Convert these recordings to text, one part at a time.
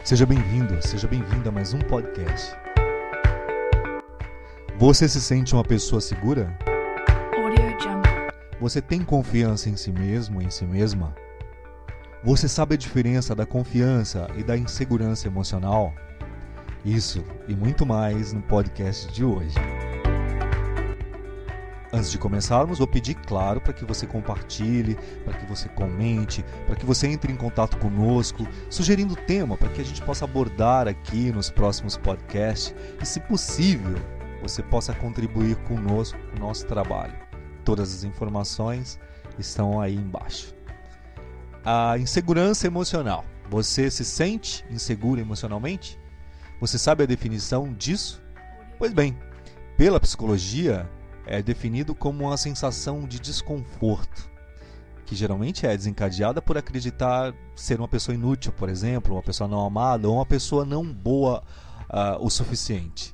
Seja bem-vindo, seja bem-vinda a mais um podcast. Você se sente uma pessoa segura? Você tem confiança em si mesmo, em si mesma? Você sabe a diferença da confiança e da insegurança emocional? Isso e muito mais no podcast de hoje. Antes de começarmos, vou pedir, claro, para que você compartilhe, para que você comente, para que você entre em contato conosco, sugerindo tema para que a gente possa abordar aqui nos próximos podcasts e, se possível, você possa contribuir conosco com o nosso trabalho. Todas as informações estão aí embaixo. A insegurança emocional. Você se sente inseguro emocionalmente? Você sabe a definição disso? Pois bem, pela psicologia, é definido como uma sensação de desconforto, que geralmente é desencadeada por acreditar ser uma pessoa inútil, por exemplo, uma pessoa não amada ou uma pessoa não boa o suficiente.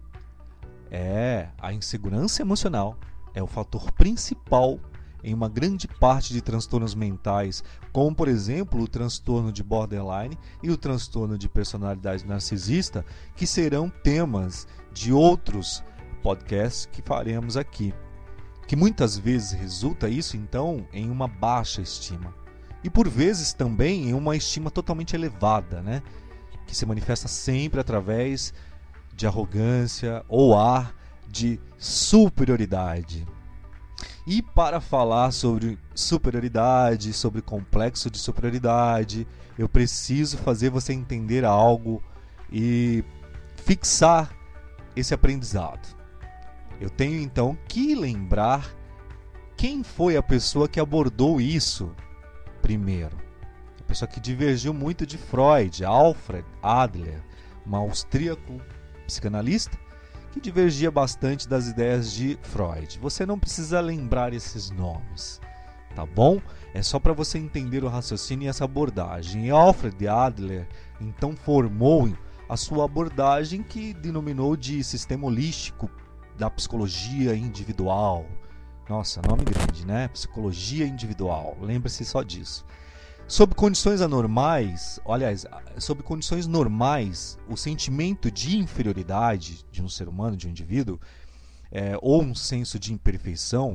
A insegurança emocional é o fator principal em uma grande parte de transtornos mentais, como, por exemplo, o transtorno de borderline e o transtorno de personalidade narcisista, que serão temas de outros podcasts que faremos aqui, que muitas vezes resulta isso então em uma baixa estima e por vezes também em uma estima totalmente elevada, que se manifesta sempre através de arrogância ou ar de superioridade. E para falar sobre superioridade, sobre complexo de superioridade, eu preciso fazer você entender algo e fixar esse aprendizado. Eu tenho então que lembrar quem foi a pessoa que abordou isso primeiro. A pessoa que divergiu muito de Freud, Alfred Adler, um austríaco psicanalista que divergia bastante das ideias de Freud. Você não precisa lembrar esses nomes, tá bom? É só para você entender o raciocínio e essa abordagem. E Alfred Adler então formou a sua abordagem que denominou de sistema holístico da psicologia individual. Nossa, nome grande, Psicologia individual, lembre-se só disso. Sob condições normais, o sentimento de inferioridade de um ser humano, de um indivíduo, ou um senso de imperfeição,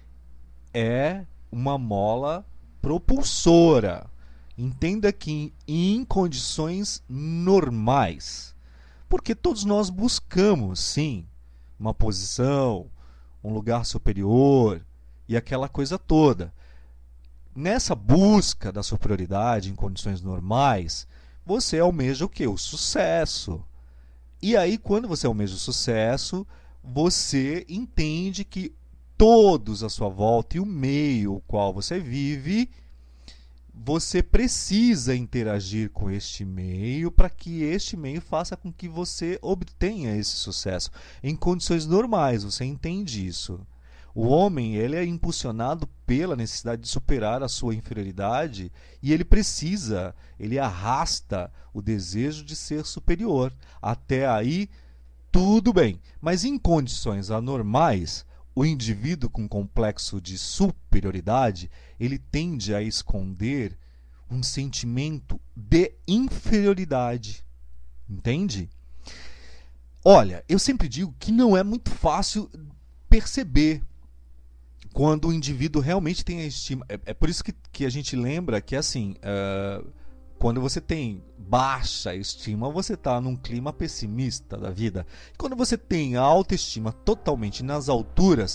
é uma mola propulsora. Entenda que em condições normais, porque todos nós buscamos, sim, uma posição, um lugar superior e aquela coisa toda. Nessa busca da superioridade em condições normais, você almeja o quê? O sucesso. E aí, quando você almeja o sucesso, você entende que todos à sua volta e o meio o qual você vive, você precisa interagir com este meio para que este meio faça com que você obtenha esse sucesso. Em condições normais, você entende isso. O homem ele é impulsionado pela necessidade de superar a sua inferioridade e ele arrasta o desejo de ser superior. Até aí, tudo bem. Mas em condições anormais, o indivíduo com complexo de superioridade, ele tende a esconder um sentimento de inferioridade. Entende? Olha, eu sempre digo que não é muito fácil perceber quando o indivíduo realmente tem a estima. É por isso que a gente lembra que assim, quando você tem baixa estima, você está num clima pessimista da vida. E quando você tem a autoestima totalmente nas alturas,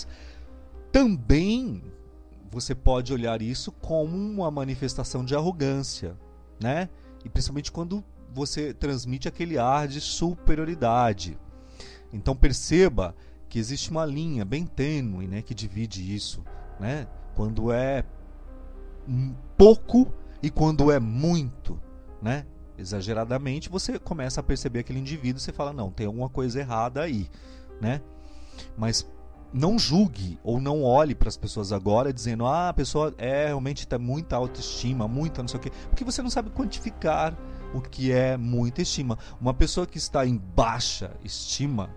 também você pode olhar isso como uma manifestação de arrogância, E principalmente quando você transmite aquele ar de superioridade. Então perceba que existe uma linha bem tênue, que divide isso, Quando é pouco e quando é muito, Exageradamente, você começa a perceber aquele indivíduo e você fala, não, tem alguma coisa errada aí, Mas não julgue ou não olhe para as pessoas agora dizendo, a pessoa realmente tem muita autoestima, muita não sei o quê, porque você não sabe quantificar o que é muita estima. Uma pessoa que está em baixa estima,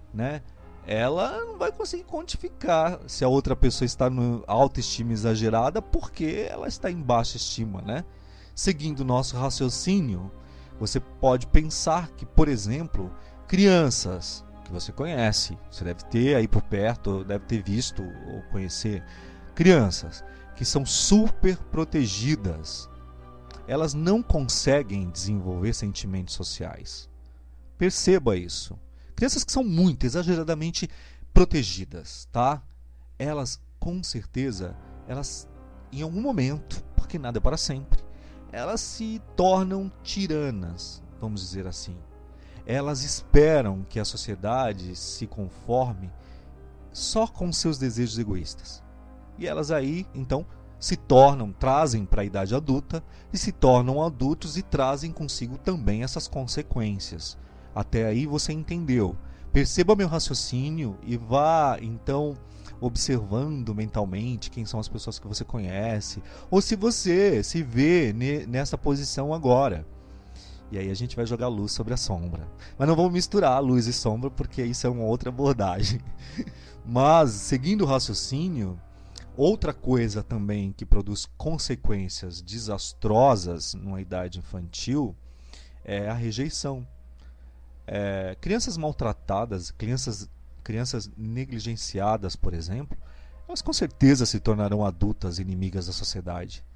ela não vai conseguir quantificar se a outra pessoa está em autoestima exagerada porque ela está em baixa estima, Seguindo o nosso raciocínio, Você pode pensar que, por exemplo, crianças que você conhece, você deve ter aí por perto, deve ter visto ou conhecer, crianças que são super protegidas, elas não conseguem desenvolver sentimentos sociais. Perceba isso. Crianças que são muito exageradamente protegidas, tá? Elas, com certeza, elas em algum momento, porque nada é para sempre, elas se tornam tiranas, vamos dizer assim. Elas esperam que a sociedade se conforme só com seus desejos egoístas. E elas aí, então, trazem para a idade adulta e se tornam adultos e trazem consigo também essas consequências. Até aí você entendeu. Perceba meu raciocínio e vá, então, observando mentalmente quem são as pessoas que você conhece, ou se você se vê nessa posição agora. E aí a gente vai jogar luz sobre a sombra. Mas não vamos misturar luz e sombra, porque isso é uma outra abordagem. Mas, seguindo o raciocínio, outra coisa também que produz consequências desastrosas numa idade infantil é a rejeição. Crianças maltratadas, crianças negligenciadas, por exemplo, elas com certeza se tornarão adultas inimigas da sociedade.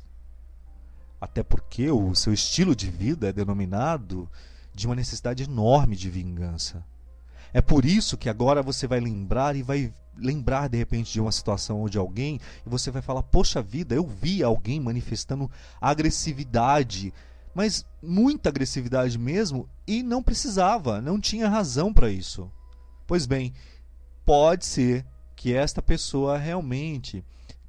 Até porque o seu estilo de vida é denominado de uma necessidade enorme de vingança. É por isso que agora você vai lembrar e vai lembrar de repente de uma situação ou de alguém e você vai falar, poxa vida, eu vi alguém manifestando agressividade, mas muita agressividade mesmo, e não precisava, não tinha razão para isso. Pois bem, pode ser que esta pessoa realmente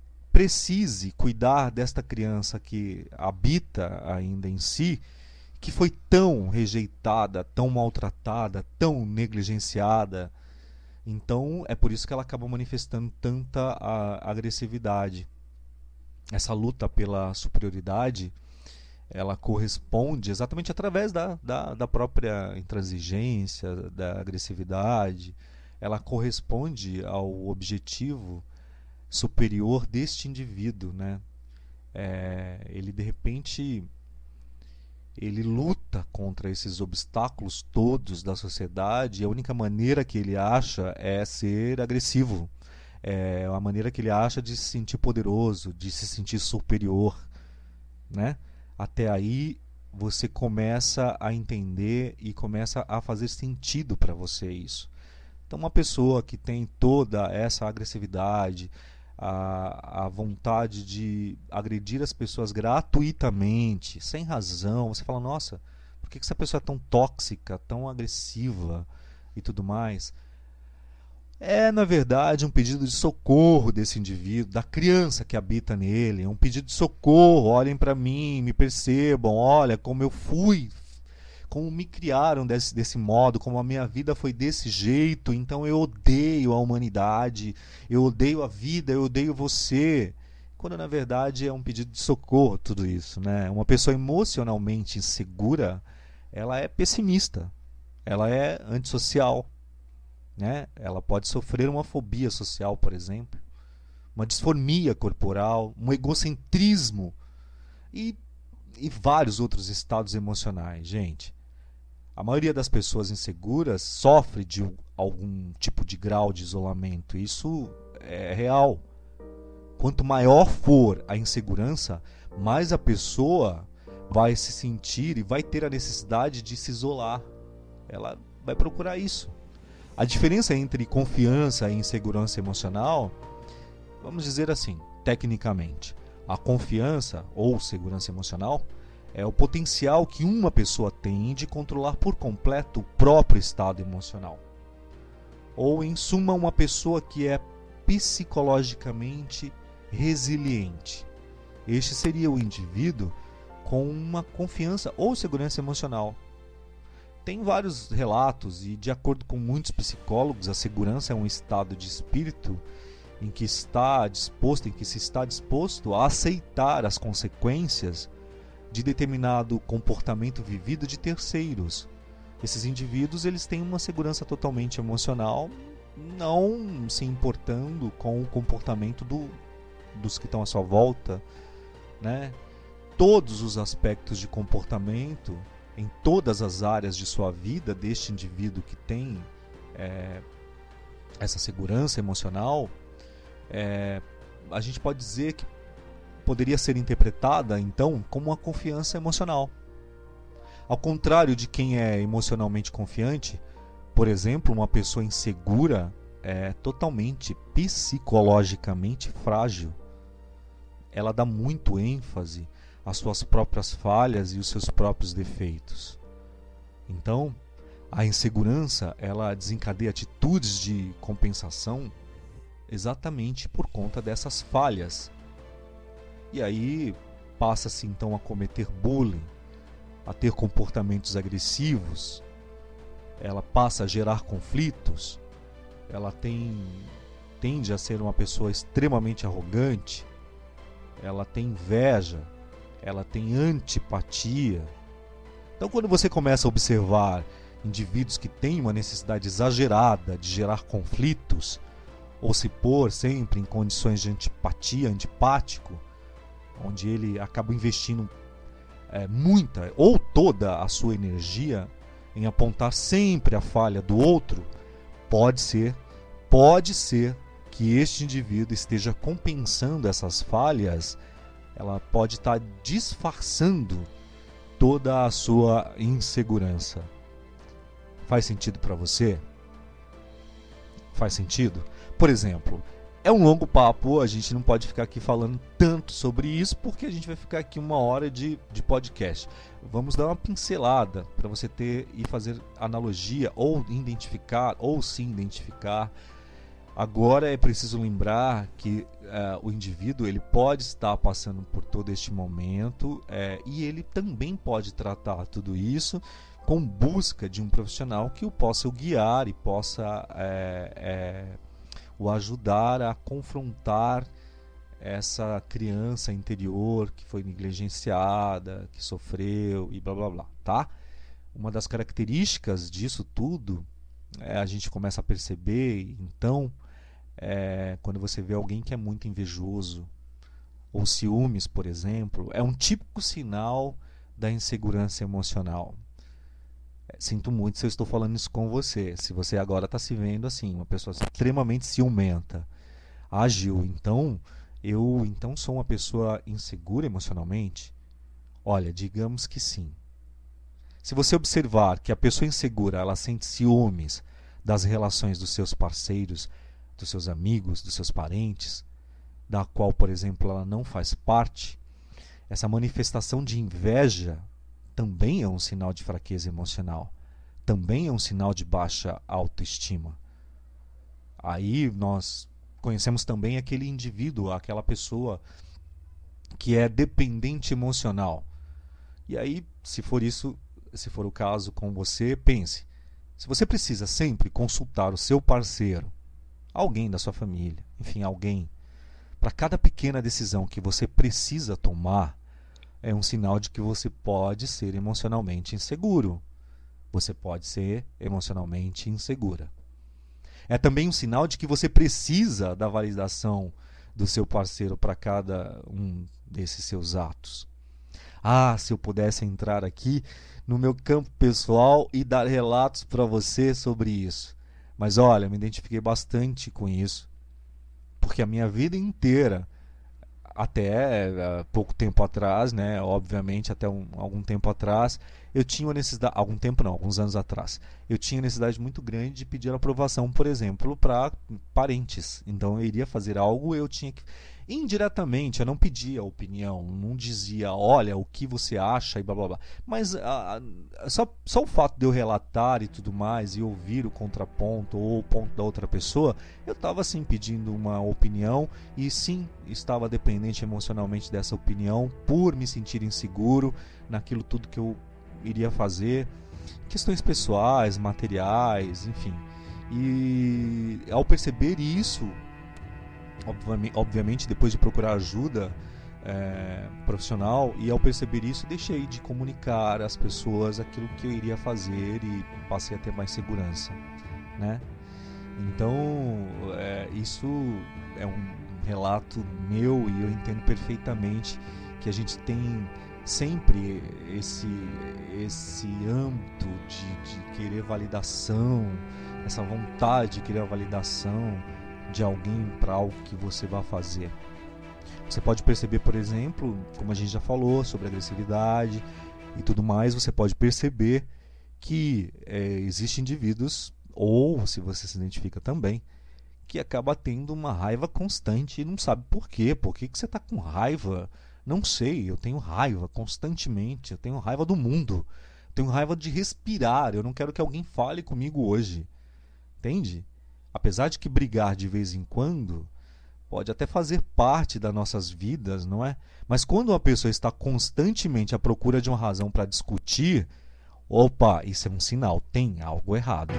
precise cuidar desta criança que habita ainda em si, que foi tão rejeitada, tão maltratada, tão negligenciada. Então é por isso que ela acaba manifestando tanta agressividade. Essa luta pela superioridade, ela corresponde exatamente através da própria intransigência, da agressividade. Ela corresponde ao objetivo superior deste indivíduo, né? Ele de repente ele luta contra esses obstáculos todos da sociedade e a única maneira que ele acha é ser agressivo. É a maneira que ele acha de se sentir poderoso, de se sentir superior, né? Até aí você começa a entender e começa a fazer sentido para você isso. Então uma pessoa que tem toda essa agressividade, a vontade de agredir as pessoas gratuitamente, sem razão, você fala, nossa, por que essa pessoa é tão tóxica, tão agressiva e tudo mais? É, na verdade, um pedido de socorro desse indivíduo, da criança que habita nele, um pedido de socorro, olhem para mim, me percebam, olha como eu fui, como me criaram desse modo, como a minha vida foi desse jeito, então eu odeio a humanidade, eu odeio a vida, eu odeio você. Quando na verdade é um pedido de socorro tudo isso, né? Uma pessoa emocionalmente insegura, ela é pessimista, ela é antissocial, né? Ela pode sofrer uma fobia social, por exemplo, uma disformia corporal, um egocentrismo e vários outros estados emocionais, gente. A maioria das pessoas inseguras sofre de algum tipo de grau de isolamento. Isso é real. Quanto maior for a insegurança, mais a pessoa vai se sentir e vai ter a necessidade de se isolar. Ela vai procurar isso. A diferença entre confiança e insegurança emocional, vamos dizer assim, tecnicamente, a confiança ou segurança emocional é o potencial que uma pessoa tem de controlar por completo o próprio estado emocional. Ou, em suma, uma pessoa que é psicologicamente resiliente. Este seria o indivíduo com uma confiança ou segurança emocional. Tem vários relatos e, de acordo com muitos psicólogos, a segurança é um estado de espírito em que se está disposto a aceitar as consequências de determinado comportamento vivido de terceiros. Esses indivíduos eles têm uma segurança totalmente emocional, não se importando com o comportamento dos que estão à sua volta, né? Todos os aspectos de comportamento em todas as áreas de sua vida, deste indivíduo que tem essa segurança emocional, a gente pode dizer que poderia ser interpretada, então, como uma confiança emocional. Ao contrário de quem é emocionalmente confiante, por exemplo, uma pessoa insegura é totalmente psicologicamente frágil. Ela dá muito ênfase às suas próprias falhas e os seus próprios defeitos. Então, a insegurança, ela desencadeia atitudes de compensação exatamente por conta dessas falhas. E aí passa-se então a cometer bullying, a ter comportamentos agressivos, ela passa a gerar conflitos, ela tende a ser uma pessoa extremamente arrogante, ela tem inveja, ela tem antipatia. Então, quando você começa a observar indivíduos que têm uma necessidade exagerada de gerar conflitos, ou se pôr sempre em condições de antipatia, antipático, onde ele acaba investindo muita ou toda a sua energia em apontar sempre a falha do outro, pode ser que este indivíduo esteja compensando essas falhas, ela pode estar disfarçando toda a sua insegurança. Faz sentido para você? Faz sentido? Por exemplo, é um longo papo, a gente não pode ficar aqui falando tanto sobre isso, porque a gente vai ficar aqui 1 hora de podcast. Vamos dar uma pincelada para você ter e fazer analogia, ou identificar, ou se identificar. Agora é preciso lembrar que o indivíduo ele pode estar passando por todo este momento e ele também pode tratar tudo isso com busca de um profissional que o possa guiar e possa o ajudar a confrontar essa criança interior que foi negligenciada, que sofreu e blá blá blá, tá? Uma das características disso tudo a gente começa a perceber, então, quando você vê alguém que é muito invejoso ou ciúmes, por exemplo, é um típico sinal da insegurança emocional. Sinto muito se eu estou falando isso com você. Se você agora está se vendo assim, uma pessoa extremamente ciumenta, ágil, então eu sou uma pessoa insegura emocionalmente? Olha, digamos que sim. Se você observar que a pessoa insegura, ela sente ciúmes das relações dos seus parceiros, dos seus amigos, dos seus parentes, da qual, por exemplo, ela não faz parte, essa manifestação de inveja também é um sinal de fraqueza emocional, também é um sinal de baixa autoestima. Aí nós conhecemos também aquele indivíduo, aquela pessoa que é dependente emocional. E aí, se for o caso com você, pense, se você precisa sempre consultar o seu parceiro, alguém da sua família, enfim, alguém, para cada pequena decisão que você precisa tomar, é um sinal de que você pode ser emocionalmente inseguro. Você pode ser emocionalmente insegura. É também um sinal de que você precisa da validação do seu parceiro para cada um desses seus atos. Se eu pudesse entrar aqui no meu campo pessoal e dar relatos para você sobre isso. Mas olha, me identifiquei bastante com isso, porque a minha vida inteira, até pouco tempo atrás, né, obviamente até algum tempo atrás, eu tinha uma necessidade, alguns anos atrás, eu tinha necessidade muito grande de pedir aprovação, por exemplo, para parentes. Então eu iria fazer algo, eu tinha que, indiretamente, eu não pedia opinião, não dizia, olha, o que você acha e blá blá blá. Mas só o fato de eu relatar e tudo mais, e ouvir o contraponto ou o ponto da outra pessoa, eu estava assim pedindo uma opinião, e sim, estava dependente emocionalmente dessa opinião, por me sentir inseguro naquilo tudo que eu iria fazer, questões pessoais, materiais, enfim. E ao perceber isso, obviamente depois de procurar ajuda profissional, e ao perceber isso, deixei de comunicar às pessoas aquilo que eu iria fazer e passei a ter mais segurança, né? Então, isso é um relato meu e eu entendo perfeitamente que a gente tem sempre esse âmbito de querer validação, essa vontade de querer a validação de alguém para algo que você vai fazer. Você pode perceber, por exemplo, como a gente já falou sobre agressividade e tudo mais, você pode perceber que existem indivíduos, ou se você se identifica também, que acaba tendo uma raiva constante e não sabe por quê. Por que você está com raiva? Não sei, eu tenho raiva constantemente, eu tenho raiva do mundo, eu tenho raiva de respirar, eu não quero que alguém fale comigo hoje. Entende? Apesar de que brigar de vez em quando pode até fazer parte das nossas vidas, não é? Mas quando uma pessoa está constantemente à procura de uma razão para discutir, opa, isso é um sinal, tem algo errado.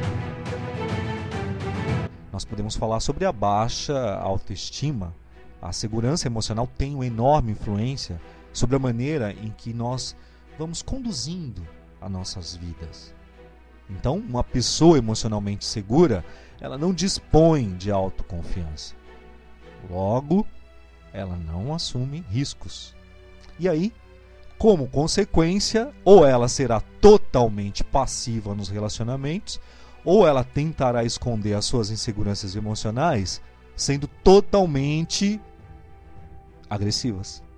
Nós podemos falar sobre a baixa autoestima. A segurança emocional tem uma enorme influência sobre a maneira em que nós vamos conduzindo as nossas vidas. Então, uma pessoa emocionalmente segura, ela não dispõe de autoconfiança. Logo, ela não assume riscos. E aí, como consequência, ou ela será totalmente passiva nos relacionamentos, ou ela tentará esconder as suas inseguranças emocionais, sendo totalmente agressivas.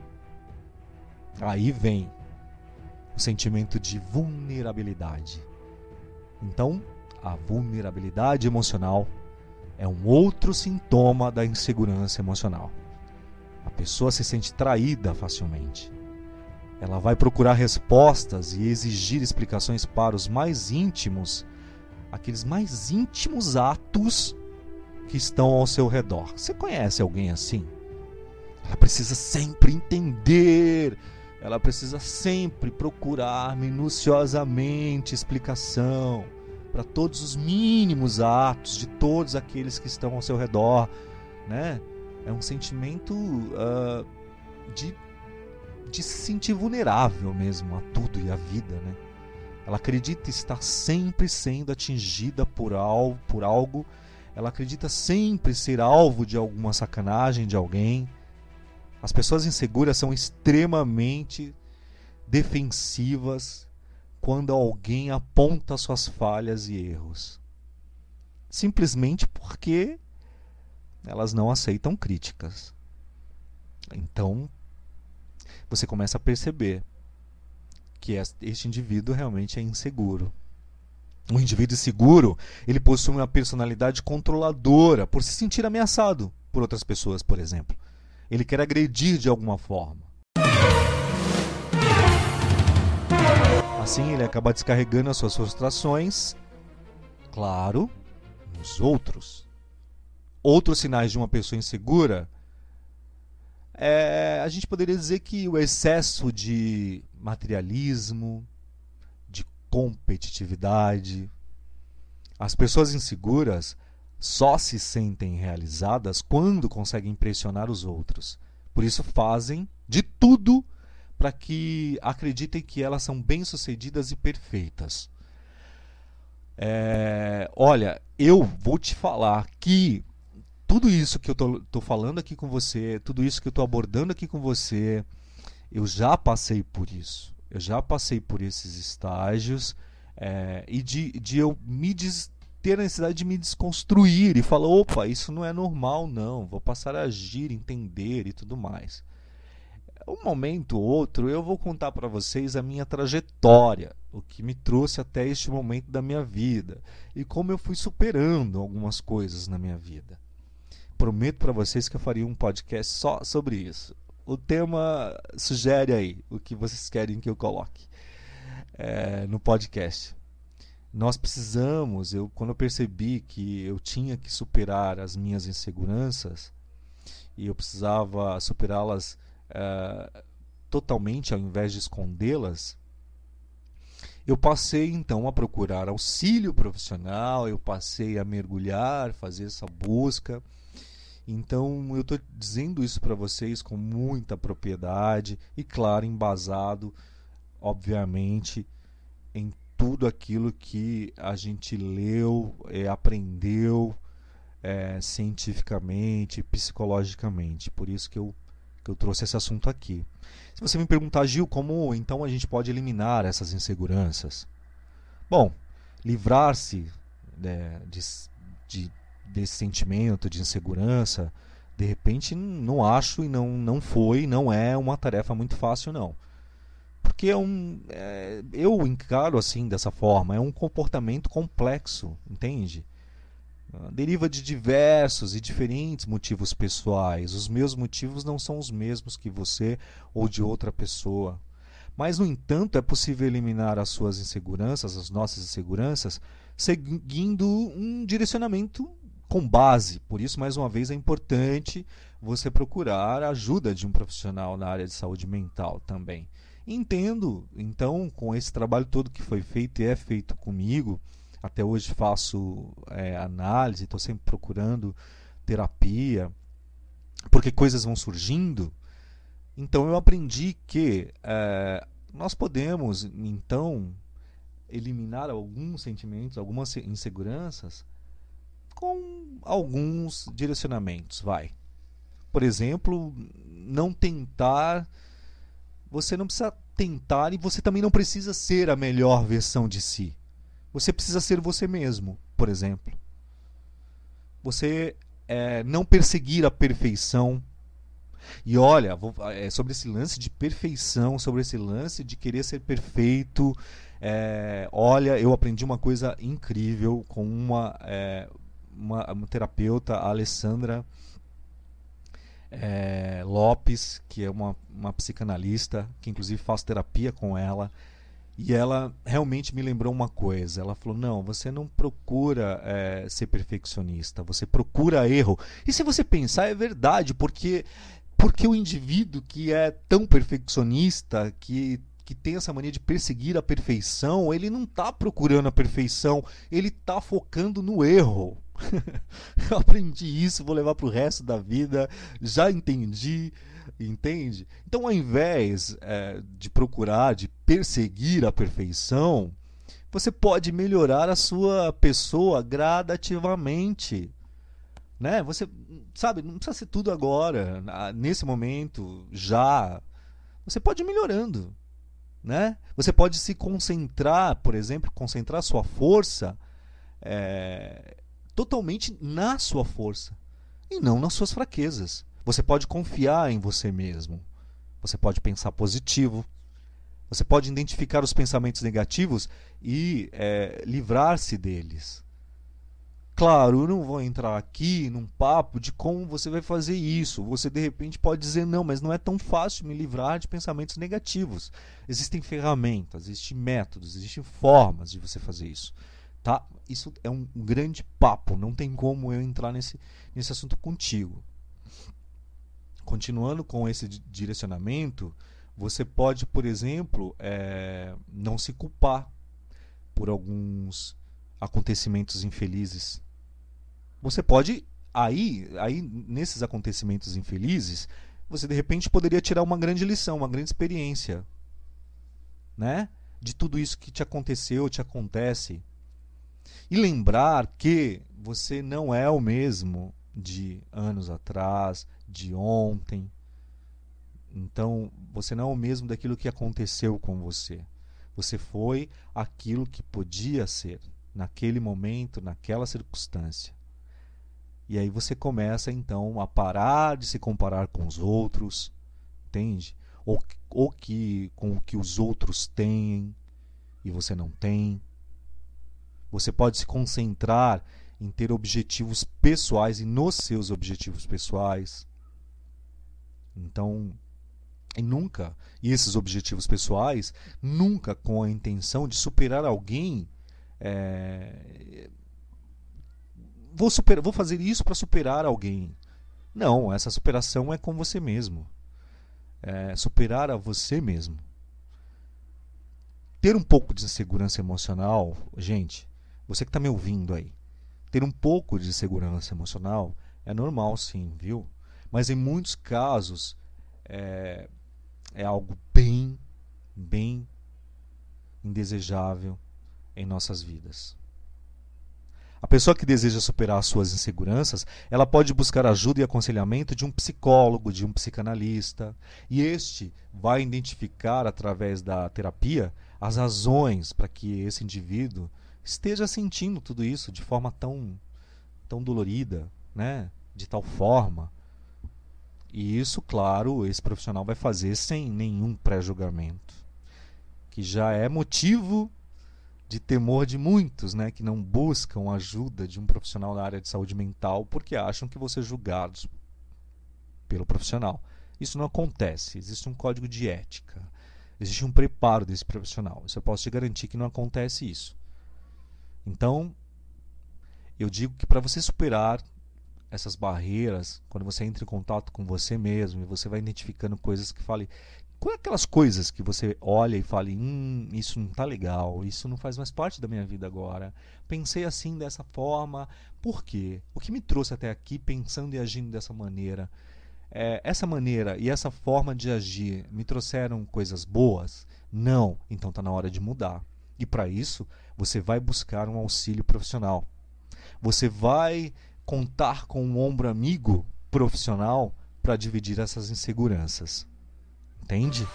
Aí vem o sentimento de vulnerabilidade. Então, a vulnerabilidade emocional é um outro sintoma da insegurança emocional. A pessoa se sente traída facilmente. Ela vai procurar respostas e exigir explicações para os mais íntimos, aqueles mais íntimos atos que estão ao seu redor. Você conhece alguém assim? Ela precisa sempre entender, ela precisa sempre procurar minuciosamente explicação para todos os mínimos atos de todos aqueles que estão ao seu redor, né? É um sentimento de se sentir vulnerável mesmo a tudo e à vida, né? Ela acredita estar sempre sendo atingida por algo, ela acredita sempre ser alvo de alguma sacanagem de alguém. As pessoas inseguras são extremamente defensivas quando alguém aponta suas falhas e erros. Simplesmente porque elas não aceitam críticas. Então, você começa a perceber que este indivíduo realmente é inseguro. O indivíduo inseguro, ele possui uma personalidade controladora por se sentir ameaçado por outras pessoas, por exemplo. Ele quer agredir de alguma forma. Assim, ele acaba descarregando as suas frustrações, claro, nos outros. Outros sinais de uma pessoa insegura a gente poderia dizer que o excesso de materialismo, de competitividade. As pessoas inseguras só se sentem realizadas quando conseguem impressionar os outros. Por isso fazem de tudo para que acreditem que elas são bem-sucedidas e perfeitas. Olha, eu vou te falar que tudo isso que eu tô falando aqui com você, tudo isso que eu estou abordando aqui com você, eu já passei por isso. Eu já passei por esses estágios e de eu ter a necessidade de me desconstruir e falar, opa, isso não é normal não, vou passar a agir, entender e tudo mais. Um momento ou outro eu vou contar para vocês a minha trajetória, o que me trouxe até este momento da minha vida e como eu fui superando algumas coisas na minha vida. Prometo para vocês que eu faria um podcast só sobre isso. O tema sugere aí o que vocês querem que eu coloque no podcast. Nós precisamos, quando eu percebi que eu tinha que superar as minhas inseguranças e eu precisava superá-las totalmente ao invés de escondê-las, eu passei então a procurar auxílio profissional, eu passei a mergulhar, fazer essa busca. Então eu estou dizendo isso para vocês com muita propriedade e, claro, embasado, obviamente, em tudo aquilo que a gente leu, aprendeu cientificamente, psicologicamente. Por isso que eu que eu trouxe esse assunto aqui. Se você me perguntar, Gil, como então a gente pode eliminar essas inseguranças? Bom, livrar-se de, desse sentimento de insegurança, de repente não acho e não é uma tarefa muito fácil, não. Porque eu encaro assim, dessa forma, é um comportamento complexo, entende? Deriva de diversos e diferentes motivos pessoais. Os meus motivos não são os mesmos que você ou de outra pessoa. Mas, no entanto, é possível eliminar as suas inseguranças, as nossas inseguranças, seguindo um direcionamento com base. Por isso, mais uma vez, é importante você procurar a ajuda de um profissional na área de saúde mental também. Entendo, então, com esse trabalho todo que foi feito e é feito comigo, até hoje faço análise, estou sempre procurando terapia, porque coisas vão surgindo. Então eu aprendi que nós podemos, então, eliminar alguns sentimentos, algumas inseguranças com alguns direcionamentos. Por exemplo, não tentar. Você não precisa tentar e você também não precisa ser a melhor versão de si. Você precisa ser você mesmo, por exemplo. Você não perseguir a perfeição. E olha, sobre esse lance de perfeição, sobre esse lance de querer ser perfeito, olha, eu aprendi uma coisa incrível com uma terapeuta, a Alessandra Lopes, que é uma psicanalista, que inclusive faço terapia com ela. E ela realmente me lembrou uma coisa. Ela falou, não, você não procura ser perfeccionista, você procura erro. E se você pensar, é verdade, porque o indivíduo que é tão perfeccionista, que tem essa mania de perseguir a perfeição, ele não está procurando a perfeição, ele está focando no erro. Eu aprendi isso, vou levar para o resto da vida, já entendi. Entende? Então, ao invés de procurar, de perseguir a perfeição, você pode melhorar a sua pessoa gradativamente. Né? Você, sabe, não precisa ser tudo agora, nesse momento, já. Você pode ir melhorando. Né? Você pode se concentrar, por exemplo, concentrar sua força totalmente na sua força e não nas suas fraquezas. Você pode confiar em você mesmo. Você pode pensar positivo. Você pode identificar os pensamentos negativos e livrar-se deles. Claro, eu não vou entrar aqui num papo de como você vai fazer isso. Você de repente pode dizer, não, mas não é tão fácil me livrar de pensamentos negativos. Existem ferramentas, existem métodos, existem formas de você fazer isso. Tá? Isso é um grande papo. Não tem como eu entrar nesse assunto contigo. Continuando com esse direcionamento, você pode, por exemplo, não se culpar por alguns acontecimentos infelizes. Você pode, aí nesses acontecimentos infelizes, você de repente poderia tirar uma grande lição, uma grande experiência, né? De tudo isso que te aconteceu, te acontece. E lembrar que você não é o mesmo de anos atrás, de ontem. Então, você não é o mesmo daquilo que aconteceu com você. Você foi aquilo que podia ser, naquele momento, naquela circunstância. E aí você começa, então, a parar de se comparar com os outros, entende? Ou com o que os outros têm e você não tem. Você pode se concentrar em ter objetivos pessoais e nos seus objetivos pessoais. Então, e esses objetivos pessoais, nunca com a intenção de superar alguém. Vou fazer isso para superar alguém. Não, essa superação é com você mesmo. Superar a você mesmo. Ter um pouco de segurança emocional, gente, você que está me ouvindo aí, ter um pouco de segurança emocional é normal sim, viu? Mas em muitos casos é algo bem indesejável em nossas vidas. A pessoa que deseja superar suas inseguranças, ela pode buscar ajuda e aconselhamento de um psicólogo, de um psicanalista, e este vai identificar através da terapia as razões para que esse indivíduo esteja sentindo tudo isso de forma tão dolorida, né? De tal forma. E isso, claro, esse profissional vai fazer sem nenhum pré-julgamento, que já é motivo de temor de muitos, né, que não buscam ajuda de um profissional na área de saúde mental porque acham que vão ser julgados pelo profissional. Isso não acontece. Existe um código de ética. Existe um preparo desse profissional. Isso eu posso te garantir que não acontece isso. Então, eu digo que para você superar essas barreiras, quando você entra em contato com você mesmo e você vai identificando coisas que fale, qual é aquelas coisas que você olha e fala, isso não está legal, isso não faz mais parte da minha vida agora. Pensei assim, dessa forma, por quê? O que me trouxe até aqui pensando e agindo dessa maneira? Essa maneira e essa forma de agir me trouxeram coisas boas? Não, então está na hora de mudar. E para isso, você vai buscar um auxílio profissional. Você vai contar com um ombro amigo profissional para dividir essas inseguranças. Entende?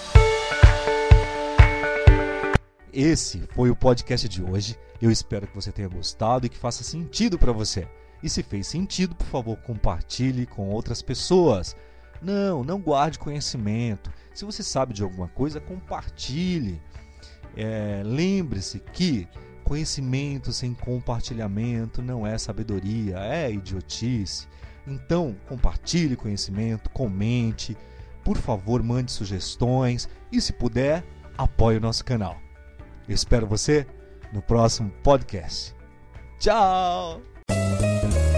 Esse foi o podcast de hoje. Eu espero que você tenha gostado e que faça sentido para você. E se fez sentido, por favor, compartilhe com outras pessoas. Não guarde conhecimento. Se você sabe de alguma coisa, compartilhe. Lembre-se que conhecimento sem compartilhamento não é sabedoria, é idiotice. Então, compartilhe conhecimento, comente. Por favor, mande sugestões e, se puder, apoie o nosso canal. Eu espero você no próximo podcast. Tchau!